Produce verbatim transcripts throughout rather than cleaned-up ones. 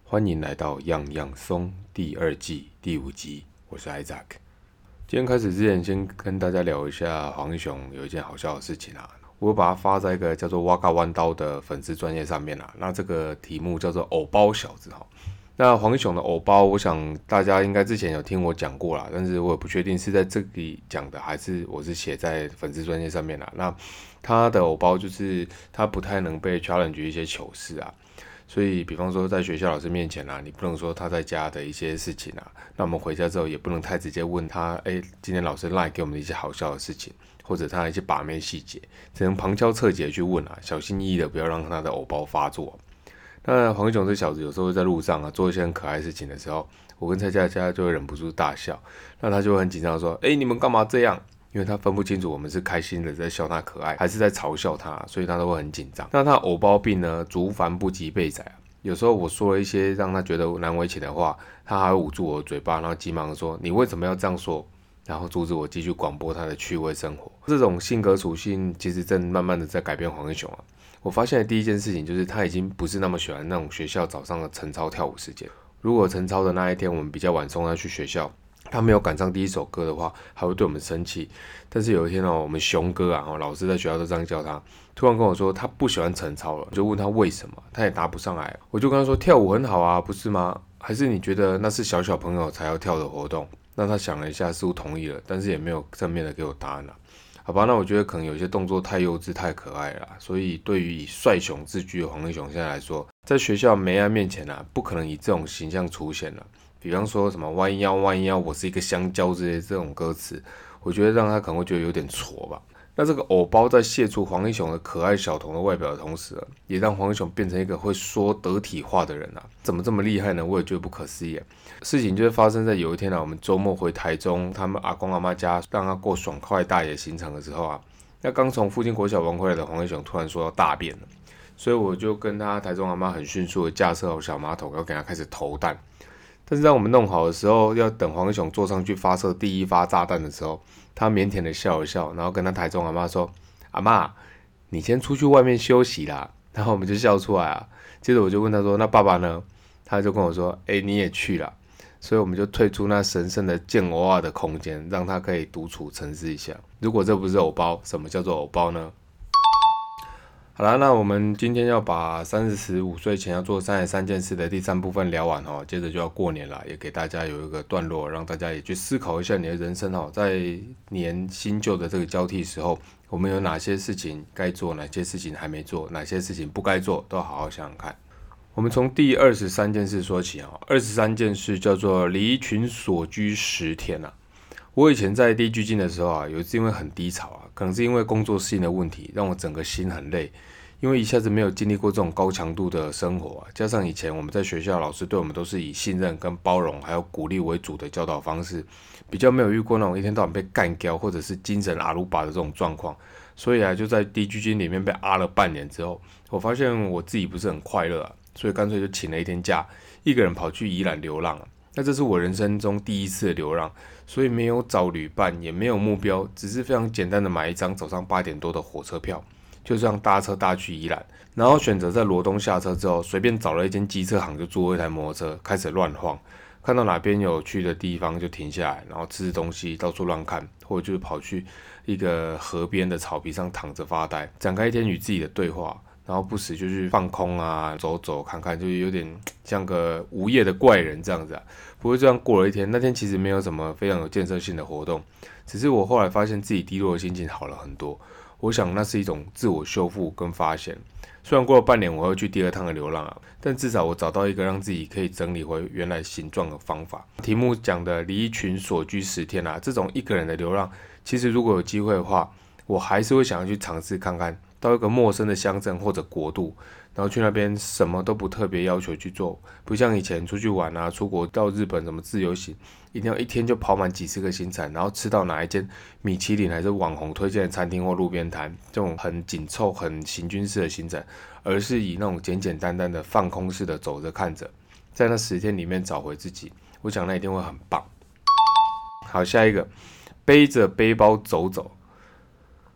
欢迎来到样样松第二季第五集，我是 Isaac。今天开始之前，先跟大家聊一下黄雄有一件好笑的事情啊，我把它发在一个叫做哇嘎弯刀的粉丝专页上面啦。那这个题目叫做偶包小子哈。那黄雄的偶包，我想大家应该之前有听我讲过啦，但是我也不确定是在这里讲的，还是我是写在粉丝专页上面啦。那他的偶包就是他不太能被 challenge 一些糗事啊。所以，比方说在学校老师面前啊，你不能说他在家的一些事情啊。那我们回家之后也不能太直接问他，哎，今天老师 line 给我们的一些好笑的事情，或者他的一些把妹细节，只能旁敲侧击的去问啊，小心翼翼的不要让他的偶包发作。那黄雄这小子有时候在路上啊做一些很可爱的事情的时候，我跟蔡佳佳就会忍不住大笑，那他就会很紧张的说，哎，你们干嘛这样？因为他分不清楚我们是开心的在笑他可爱，还是在嘲笑他，所以他都会很紧张。那他偶包病呢，竹繁不及备载啊。有时候我说了一些让他觉得难为情的话，他还会捂住我的嘴巴，然后急忙说：“你为什么要这样说？”然后阻止我继续广播他的趣味生活。这种性格属性其实正慢慢的在改变黄英雄啊。我发现的第一件事情就是他已经不是那么喜欢那种学校早上的晨操跳舞时间。如果晨操的那一天我们比较晚送他去学校，他没有赶上第一首歌的话，还会对我们生气。但是有一天哦，我们熊哥啊，老师在学校都这样叫他，突然跟我说他不喜欢晨操了，就问他为什么，他也答不上来。我就跟他说跳舞很好啊，不是吗？还是你觉得那是小小朋友才要跳的活动？那他想了一下，似乎同意了，但是也没有正面的给我答案了。好吧，那我觉得可能有些动作太幼稚、太可爱了，所以对于以帅熊自居的黄立雄现在来说，在学校梅安面前啊，不可能以这种形象出现了。比方说什么弯腰弯腰，我是一个香蕉之类这种歌词，我觉得让他可能会觉得有点挫吧。那这个偶包在卸除黄英雄的可爱小童的外表的同时，也让黄英雄变成一个会说得体话的人啊！怎么这么厉害呢？我也觉得不可思议啊。事情就是发生在有一天啊，我们周末回台中，他们阿公阿妈家，让他过爽快大野行程的时候啊，那刚从附近国小玩回来的黄英雄突然说要大便了，所以我就跟他台中阿妈很迅速的架设好小马桶，要给他开始投弹。但是当我们弄好的时候，要等黄英雄坐上去发射第一发炸弹的时候，他腼腆的笑了笑，然后跟他台中阿妈说：“阿妈，你先出去外面休息啦。”然后我们就笑出来啊。接着我就问他说：“那爸爸呢？”他就跟我说：“哎，你也去啦。”所以我们就退出那神圣的建偶尔的空间，让他可以独处沉思一下。如果这不是偶包，什么叫做偶包呢？好啦，那我们今天要把三十五岁前要做三十三件事的第三部分聊完哦，接着就要过年了，也给大家有一个段落，让大家也去思考一下你的人生哦，在年新旧的这个交替时候，我们有哪些事情该做，哪些事情还没做，哪些事情不该做，都好好想想看。我们从第二十三件事说起哦，二十三件事叫做离群所居十天啊。我以前在地居进的时候啊，有一次因为很低潮啊，可能是因为工作适应的问题，让我整个心很累。因为一下子没有经历过这种高强度的生活啊，加上以前我们在学校老师对我们都是以信任跟包容还有鼓励为主的教导方式，比较没有遇过那种一天到晚被干掉或者是精神阿鲁巴的这种状况，所以啊就在低居金里面被阿了半年之后，我发现我自己不是很快乐啊，所以干脆就请了一天假，一个人跑去宜兰流浪啊。那这是我人生中第一次的流浪，所以没有找旅伴，也没有目标，只是非常简单的买一张早上八点多的火车票。就这样搭车搭去宜兰，然后选择在罗东下车之后，随便找了一间机车行就租了一台摩托车，开始乱晃，看到哪边有趣的地方就停下来，然后吃东西，到处乱看，或者就是跑去一个河边的草皮上躺着发呆，展开一天与自己的对话，然后不时就去放空啊，走走看看，就有点像个无业的怪人这样子啊。不过这样过了一天，那天其实没有什么非常有建设性的活动，只是我后来发现自己低落的心情好了很多。我想那是一种自我修复跟发现。虽然过了半年我会去第二趟的流浪啊，但至少我找到一个让自己可以整理回原来形状的方法。题目讲的离群所居十天啊，这种一个人的流浪，其实如果有机会的话，我还是会想要去尝试看看，到一个陌生的乡镇或者国度，然后去那边什么都不特别要求去做，不像以前出去玩啊，出国到日本什么自由行，一定要一天就跑满几十个行程，然后吃到哪一间米其林还是网红推荐的餐厅或路边摊，这种很紧凑、很行军式的行程，而是以那种简简单单的放空式的走着看着，在那十天里面找回自己，我想那一定会很棒。好，下一个，背着背包走走。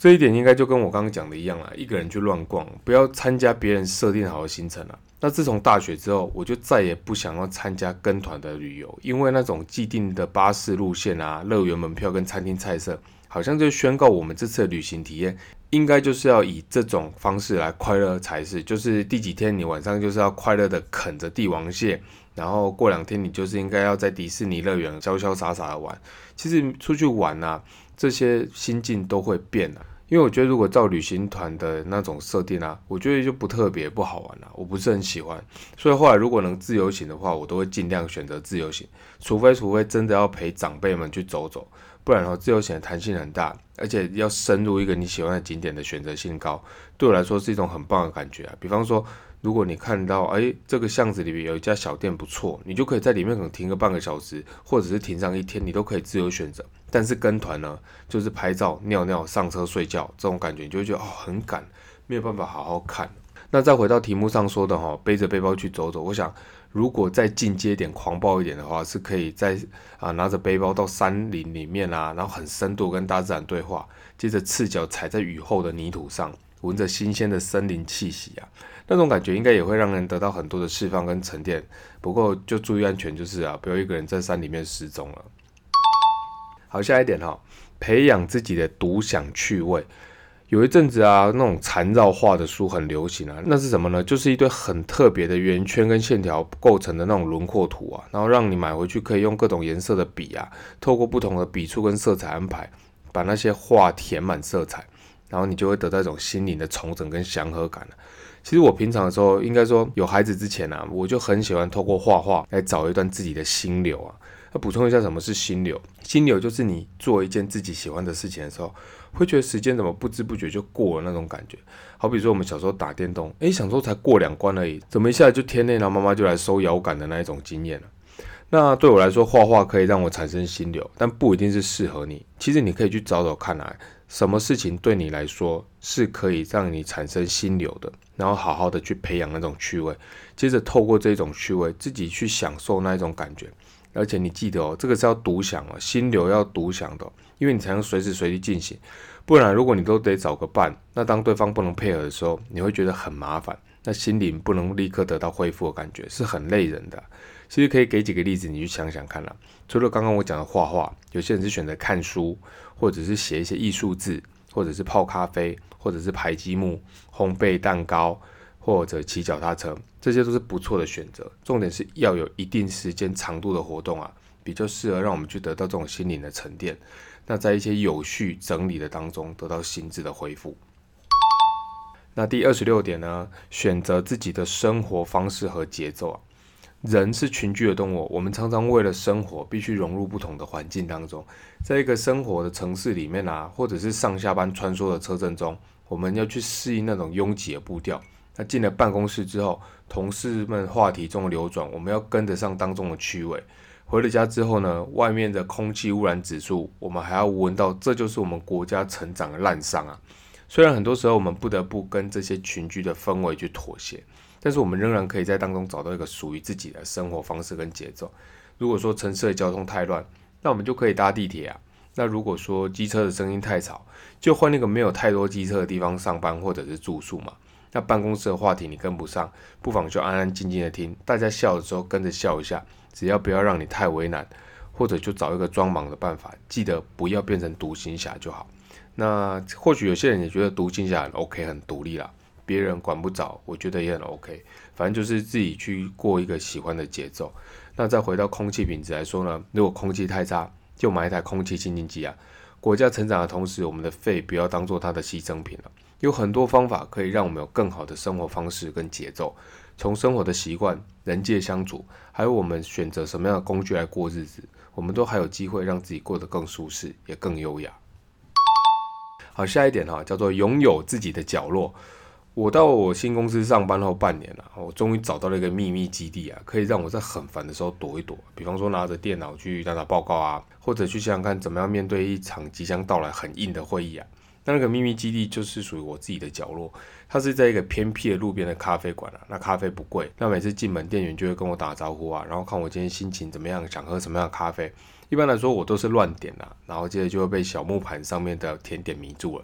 这一点应该就跟我刚刚讲的一样啦，一个人去乱逛，不要参加别人设定好的行程啦。那自从大学之后，我就再也不想要参加跟团的旅游，因为那种既定的巴士路线啊、乐园门票跟餐厅菜色，好像就宣告我们这次的旅行体验应该就是要以这种方式来快乐才是，就是第几天你晚上就是要快乐的啃着帝王蟹，然后过两天你就是应该要在迪士尼乐园潇潇洒洒的玩。其实出去玩啊，这些心境都会变啊。因为我觉得如果照旅行团的那种设定啊，我觉得就不特别不好玩了、啊，我不是很喜欢。所以后来如果能自由行的话，我都会尽量选择自由行，除非除非真的要陪长辈们去走走，不然的话自由行的弹性很大，而且要深入一个你喜欢的景点的选择性高，对我来说是一种很棒的感觉啊。比方说，如果你看到哎这个巷子里面有一家小店不错，你就可以在里面可能停个半个小时，或者是停上一天，你都可以自由选择。但是跟团呢，就是拍照、尿尿、上车睡觉这种感觉，你就会觉得哦很赶，没有办法好好看。那再回到题目上说的哈，背着背包去走走，我想如果再进阶点、狂暴一点的话，是可以在啊拿着背包到山林里面啊，然后很深度跟大自然对话，接着赤脚踩在雨后的泥土上，闻着新鲜的森林气息啊，那种感觉应该也会让人得到很多的释放跟沉淀。不过就注意安全就是啊，不要一个人在山里面失踪了。好，下一点哈，培养自己的独享趣味。有一阵子啊，那种缠绕画的书很流行啊，那是什么呢？就是一堆很特别的圆圈跟线条构成的那种轮廓图啊，然后让你买回去可以用各种颜色的笔啊，透过不同的笔触跟色彩安排，把那些画填满色彩，然后你就会得到一种心灵的重整跟祥和感了。其实我平常的时候，应该说有孩子之前啊，我就很喜欢透过画画来找一段自己的心流啊。那补充一下，什么是心流？心流就是你做一件自己喜欢的事情的时候，会觉得时间怎么不知不觉就过了那种感觉。好比说我们小时候打电动，诶，想说才过两关而已，怎么一下就天内，然后妈妈就来收摇杆的那一种经验了。那对我来说，画画可以让我产生心流，但不一定是适合你。其实你可以去找找看来，什么事情对你来说是可以让你产生心流的，然后好好的去培养那种趣味，接着透过这种趣味，自己去享受那一种感觉。而且你记得哦，这个是要独享哦，心流要独享的、哦，因为你才能随时随地进行。不然，如果你都得找个伴，那当对方不能配合的时候，你会觉得很麻烦，那心灵不能立刻得到恢复的感觉，是很累人的、啊。其实可以给几个例子，你去想想看啦。除了刚刚我讲的画画，有些人是选择看书，或者是写一些艺术字，或者是泡咖啡，或者是排积木、烘焙蛋糕，或者骑脚踏车，这些都是不错的选择。重点是要有一定时间长度的活动啊，比较适合让我们去得到这种心灵的沉淀。那在一些有序整理的当中，得到心智的恢复。那第二十六点呢，选择自己的生活方式和节奏啊。人是群居的动物，我们常常为了生活必须融入不同的环境当中，在一个生活的城市里面啊，或者是上下班穿梭的车阵中，我们要去适应那种拥挤的步调。那进了办公室之后，同事们话题中的流转，我们要跟得上当中的趣味。回了家之后呢，外面的空气污染指数，我们还要闻到，这就是我们国家成长的滥觞啊。虽然很多时候我们不得不跟这些群居的氛围去妥协，但是我们仍然可以在当中找到一个属于自己的生活方式跟节奏。如果说城市的交通太乱，那我们就可以搭地铁啊。那如果说机车的声音太吵，就换那个没有太多机车的地方上班或者是住宿嘛。那办公室的话题你跟不上，不妨就安安静静的听，大家笑的时候跟着笑一下，只要不要让你太为难，或者就找一个装忙的办法，记得不要变成独行侠就好。那或许有些人也觉得独行侠很 OK 很独立啦，别人管不着，我觉得也很 OK， 反正就是自己去过一个喜欢的节奏。那再回到空气品质来说呢，如果空气太差，就买一台空气清净机啊。国家成长的同时，我们的肺不要当做它的牺牲品了。有很多方法可以让我们有更好的生活方式跟节奏，从生活的习惯、人际相处，还有我们选择什么样的工具来过日子，我们都还有机会让自己过得更舒适，也更优雅。好，下一点哈，叫做拥有自己的角落。我到我新公司上班后半年了，我终于找到了一个秘密基地啊，可以让我在很烦的时候躲一躲。比方说拿着电脑去打打报告啊，或者去想想看怎么样面对一场即将到来很硬的会议啊。那那个秘密基地就是属于我自己的角落，它是在一个偏僻的路边的咖啡馆啊。那咖啡不贵，那每次进门店员就会跟我打招呼啊，然后看我今天心情怎么样，想喝什么样的咖啡。一般来说我都是乱点啊，然后接着就会被小木盘上面的甜点迷住了。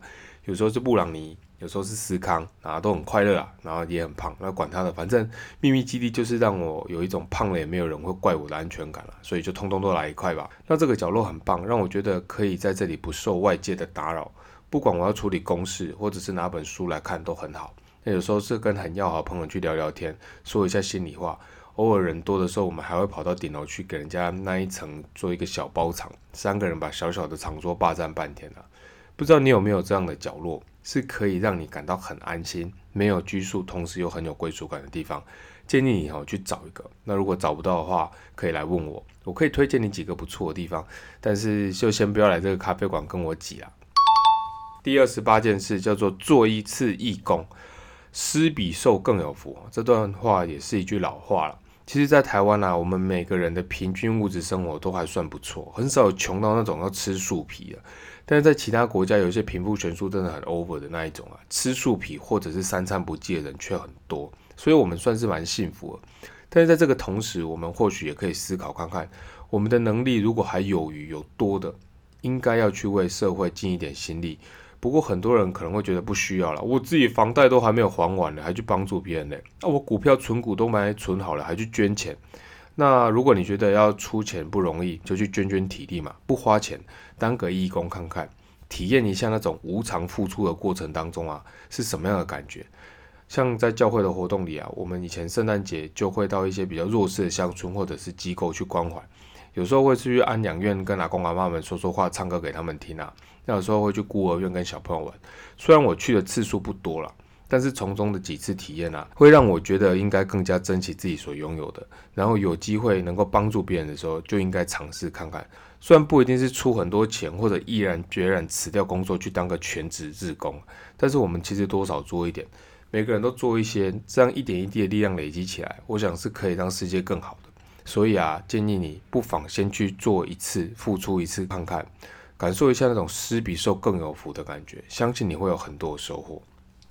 有时候是布朗尼，有时候是司康，然后都很快乐啊，然后也很胖，那管他的，反正秘密基地就是让我有一种胖了也没有人会怪我的安全感了，所以就通通都来一块吧。那这个角落很棒，让我觉得可以在这里不受外界的打扰，不管我要处理公事或者是拿本书来看都很好。那有时候是跟很要好的朋友去聊聊天，说一下心里话。偶尔人多的时候，我们还会跑到顶楼去给人家那一层做一个小包场，三个人把小小的长桌霸占半天啊。不知道你有没有这样的角落，是可以让你感到很安心，没有拘束，同时又很有归属感的地方。建议你去找一个。那如果找不到的话，可以来问我，我可以推荐你几个不错的地方。但是就先不要来这个咖啡馆跟我挤啦。第二十八件事叫做做一次义工，施比受更有福。这段话也是一句老话了。其实，在台湾啊，我们每个人的平均物质生活都还算不错，很少有穷到那种要吃树皮的。但是在其他国家，有一些贫富悬殊真的很 over 的那一种啊，吃树皮或者是三餐不继的人却很多，所以我们算是蛮幸福的。但是在这个同时，我们或许也可以思考看看，我们的能力如果还有余有多的，应该要去为社会尽一点心力。不过很多人可能会觉得不需要了，我自己房贷都还没有还完了，还去帮助别人呢？啊，我股票存股都买存好了，还去捐钱？那如果你觉得要出钱不容易，就去捐捐体力嘛，不花钱当个义工看看，体验一下那种无偿付出的过程当中啊，是什么样的感觉？像在教会的活动里啊，我们以前圣诞节就会到一些比较弱势的乡村或者是机构去关怀，有时候会去安养院跟阿公阿嬷们说说话，唱歌给他们听啊。那有时候会去孤儿院跟小朋友玩，虽然我去的次数不多啦，但是从中的几次体验啊，会让我觉得应该更加珍惜自己所拥有的，然后有机会能够帮助别人的时候，就应该尝试看看。虽然不一定是出很多钱，或者毅然决然辞掉工作去当个全职志工，但是我们其实多少做一点，每个人都做一些，这样一点一滴的力量累积起来，我想是可以让世界更好的。所以啊，建议你不妨先去做一次，付出一次看看，感受一下那种施比受更有福的感觉，相信你会有很多的收获。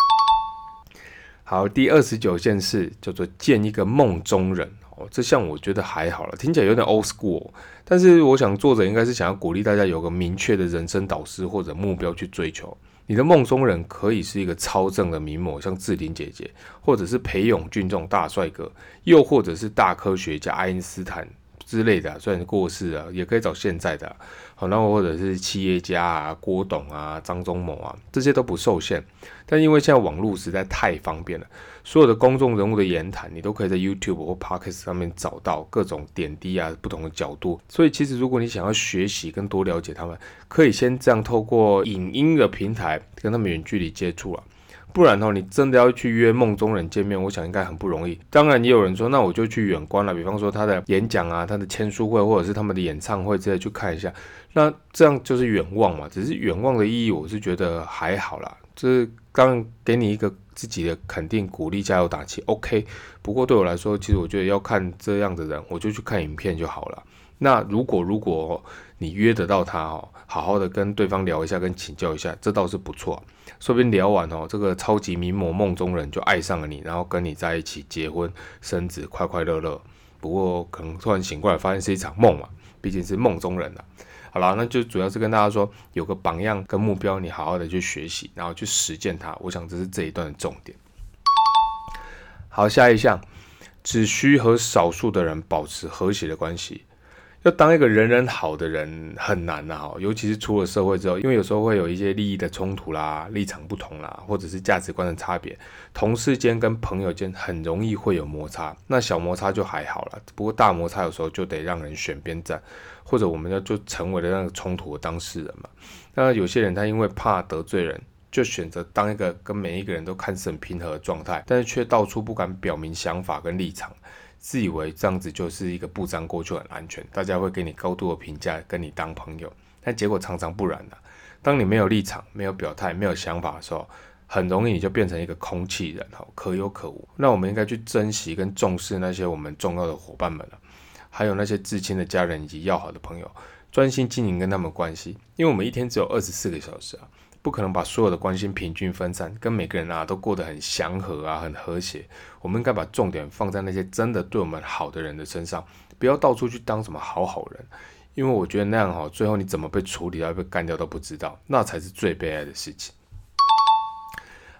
好，第二十九件事叫做见一个梦中人。哦，这项我觉得还好了，听起来有点 old school， 但是我想作者应该是想要鼓励大家有个明确的人生导师或者目标去追求。你的梦中人可以是一个超正的名模，像志玲姐姐，或者是裴勇俊这种大帅哥，又或者是大科学家爱因斯坦之类的、啊，虽然过世了，也可以找现在的、啊，好，那或者是企业家啊，郭董啊，张忠谋啊，这些都不受限。但因为现在网络实在太方便了，所有的公众人物的言谈，你都可以在 YouTube 或 Podcast 上面找到各种点滴啊，不同的角度。所以其实如果你想要学习跟多了解他们，可以先这样透过影音的平台跟他们远距离接触啊。不然哦，你真的要去约梦中人见面，我想应该很不容易。当然也有人说，那我就去远观了，比方说他的演讲啊、他的签书会，或者是他们的演唱会之类去看一下。那这样就是远望嘛，只是远望的意义，我是觉得还好啦。就是刚给你一个自己的肯定、鼓励、加油打气 ，OK。不过对我来说，其实我觉得要看这样的人，我就去看影片就好了。那如果如果你约得到他哦，好好的跟对方聊一下，跟请教一下，这倒是不错。说不定聊完哦，这个超级名模梦中人就爱上了你，然后跟你在一起结婚生子，快快乐乐。不过可能突然醒过来，发现是一场梦嘛，毕竟是梦中人啊。好啦，那就主要是跟大家说，有个榜样跟目标，你好好的去学习，然后去实践它。我想这是这一段的重点。好，下一项，只需和少数的人保持和谐的关系。要当一个人人好的人很难啊，尤其是出了社会之后，因为有时候会有一些利益的冲突啦、立场不同啦，或者是价值观的差别，同事间跟朋友间很容易会有摩擦。那小摩擦就还好啦，不过大摩擦有时候就得让人选边站，或者我们要就成为了那个冲突的当事人嘛。那有些人他因为怕得罪人，就选择当一个跟每一个人都看似很平和的状态，但是却到处不敢表明想法跟立场。自以为这样子就是一个不沾锅就很安全，大家会给你高度的评价，跟你当朋友，但结果常常不然的。当你没有立场、没有表态、没有想法的时候，很容易你就变成一个空气人，可有可无。那我们应该去珍惜跟重视那些我们重要的伙伴们了，还有那些至亲的家人以及要好的朋友，专心经营跟他们关系，因为我们一天只有二十四个小时啊。不可能把所有的关心平均分散，跟每个人啊都过得很祥和啊，很和谐。我们应该把重点放在那些真的对我们好的人的身上，不要到处去当什么好好人，因为我觉得那样好，最后你怎么被处理掉、被干掉都不知道，那才是最悲哀的事情。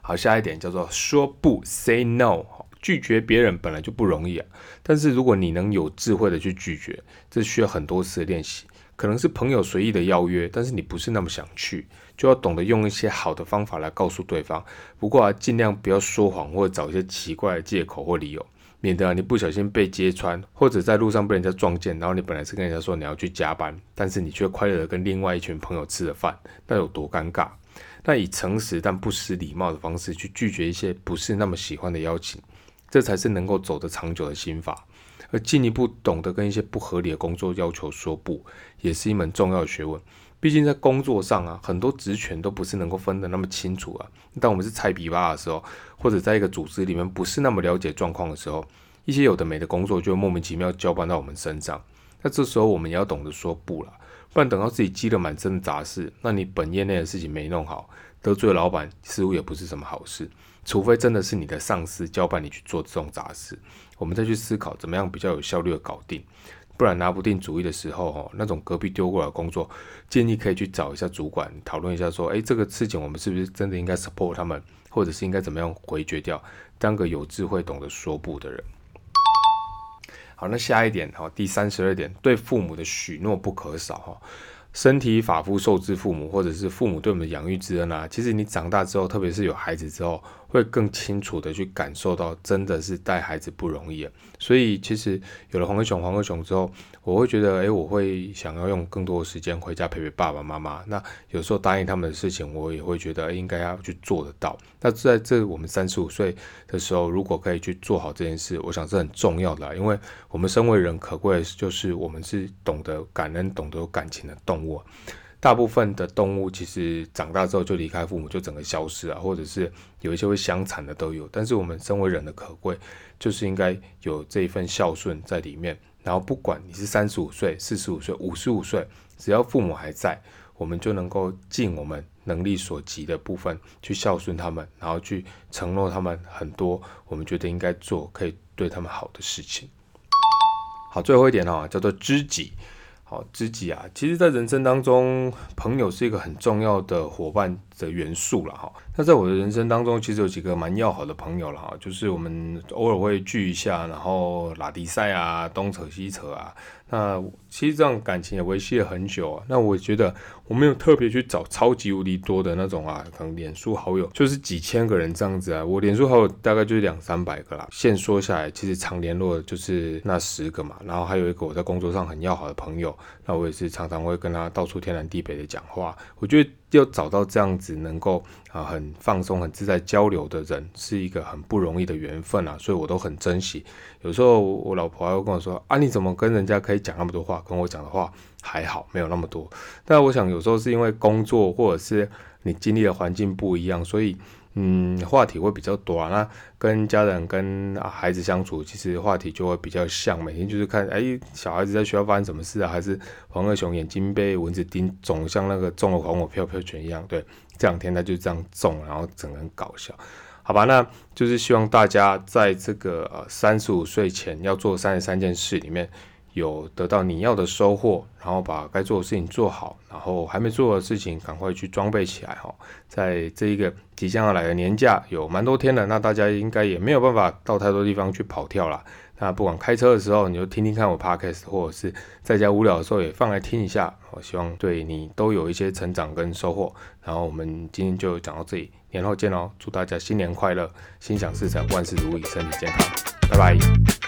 好，下一点叫做说不 ，say no。拒绝别人本来就不容易啊，但是如果你能有智慧的去拒绝，这需要很多次的练习。可能是朋友随意的邀约，但是你不是那么想去，就要懂得用一些好的方法来告诉对方。不过啊，尽量不要说谎或者找一些奇怪的借口或理由，免得啊你不小心被揭穿，或者在路上被人家撞见，然后你本来是跟人家说你要去加班，但是你却快乐的跟另外一群朋友吃了饭，那有多尴尬？那以诚实但不失礼貌的方式去拒绝一些不是那么喜欢的邀请，这才是能够走得长久的心法。而进一步懂得跟一些不合理的工作要求说不，也是一门重要的学问。毕竟在工作上啊，很多职权都不是能够分得那么清楚啊。当我们是菜比巴的时候，或者在一个组织里面不是那么了解状况的时候，一些有的没的工作就会莫名其妙交办到我们身上。那这时候我们也要懂得说不啦，不然等到自己积了满身的杂事，那你本业内的事情没弄好，得罪老板似乎也不是什么好事。除非真的是你的上司交办你去做这种杂事，我们再去思考怎么样比较有效率的搞定。不然拿不定主意的时候，那种隔壁丢过来的工作，建议可以去找一下主管讨论一下，说，哎，这个事情我们是不是真的应该 support 他们，或者是应该怎么样回绝掉，当个有智慧、懂得说不的人。好，那下一点，第三十二点，对父母的许诺不可少。身体发肤受之父母，或者是父母对我们的养育之恩啊，其实你长大之后，特别是有孩子之后，会更清楚的去感受到，真的是带孩子不容易啊。所以其实有了黄哥熊、黄哥熊之后，我会觉得，哎，我会想要用更多的时间回家陪陪爸爸妈妈。那有时候答应他们的事情，我也会觉得应该要去做得到。那在这我们三十五岁的时候，如果可以去做好这件事，我想是很重要的啦。因为我们身为人，可贵的就是我们是懂得感恩、懂得有感情的动物。大部分的动物其实长大之后就离开父母，就整个消失啊，或者是有一些会相残的都有。但是我们身为人的可贵，就是应该有这一份孝顺在里面。然后不管你是三十五岁、四十五岁、五十五岁，只要父母还在，我们就能够尽我们能力所及的部分去孝顺他们，然后去承诺他们很多我们觉得应该做可以对他们好的事情。好，最后一点哦，叫做知己。好，知己啊，其实在人生当中，朋友是一个很重要的伙伴的元素啦哈。那在我的人生当中，其实有几个蛮要好的朋友啦哈，就是我们偶尔会聚一下，然后拉迪赛啊，东扯西扯啊。那其实这样感情也维系了很久啊。那我觉得我没有特别去找超级无敌多的那种啊，可能脸书好友就是几千个人这样子啊。我脸书好友大概就是两三百个啦。现说下来，其实常联络的就是那十个嘛。然后还有一个我在工作上很要好的朋友，那我也是常常会跟他到处天南地北的讲话。我觉得要找到这样子能够啊很放松、很自在交流的人，是一个很不容易的缘分啊，所以我都很珍惜。有时候我老婆还会跟我说啊，你怎么跟人家可以讲那么多话，跟我讲的话还好，没有那么多。但我想有时候是因为工作或者是你经历的环境不一样，所以嗯话题会比较多啊。那跟家人跟、啊、孩子相处，其实话题就会比较像，每天就是看哎小孩子在学校发生什么事啊，还是黄二雄眼睛被蚊子叮肿，像那个中了黄火飘飘拳一样。对，这两天他就这样中，然后整个很搞笑。好吧，那就是希望大家在这个呃三十五岁前要做三十三件事里面，有得到你要的收获，然后把该做的事情做好，然后还没做的事情赶快去装备起来哈。在这一个即将要来的年假有蛮多天的，那大家应该也没有办法到太多地方去跑跳啦。那不管开车的时候，你就听听看我 podcast， 或者是在家无聊的时候也放来听一下。我希望对你都有一些成长跟收获。然后我们今天就讲到这里，年后见哦！祝大家新年快乐，心想事成，万事如意，身体健康，拜拜。